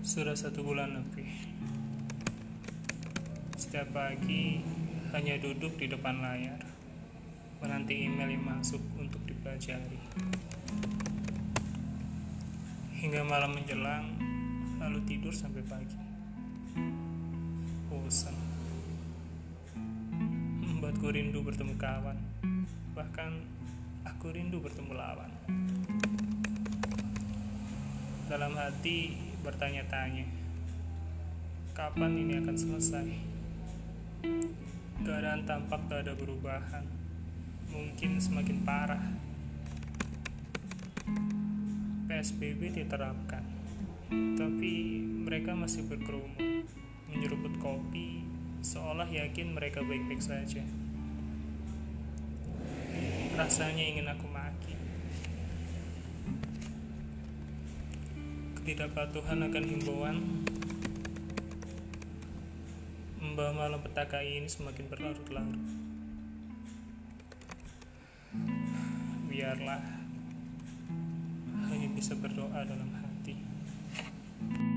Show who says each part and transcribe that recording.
Speaker 1: Sudah 1 bulan lebih. Setiap pagi hanya duduk di depan layar, menanti email yang masuk untuk dipelajari. Hingga malam menjelang, lalu tidur sampai pagi. Bosan. Membuatku rindu bertemu kawan. Bahkan aku rindu bertemu lawan. Dalam hati bertanya-tanya, kapan ini akan selesai? Keadaan tampak tak ada perubahan, mungkin semakin parah. PSBB diterapkan, tapi mereka masih berkerumun, menyeruput kopi, seolah yakin mereka baik-baik saja. Rasanya ingin aku maki. Ketidakpatuhan akan himbauan membawa malam petaka ini semakin berlarut-larut. Biarlah hanya bisa berdoa dalam hati.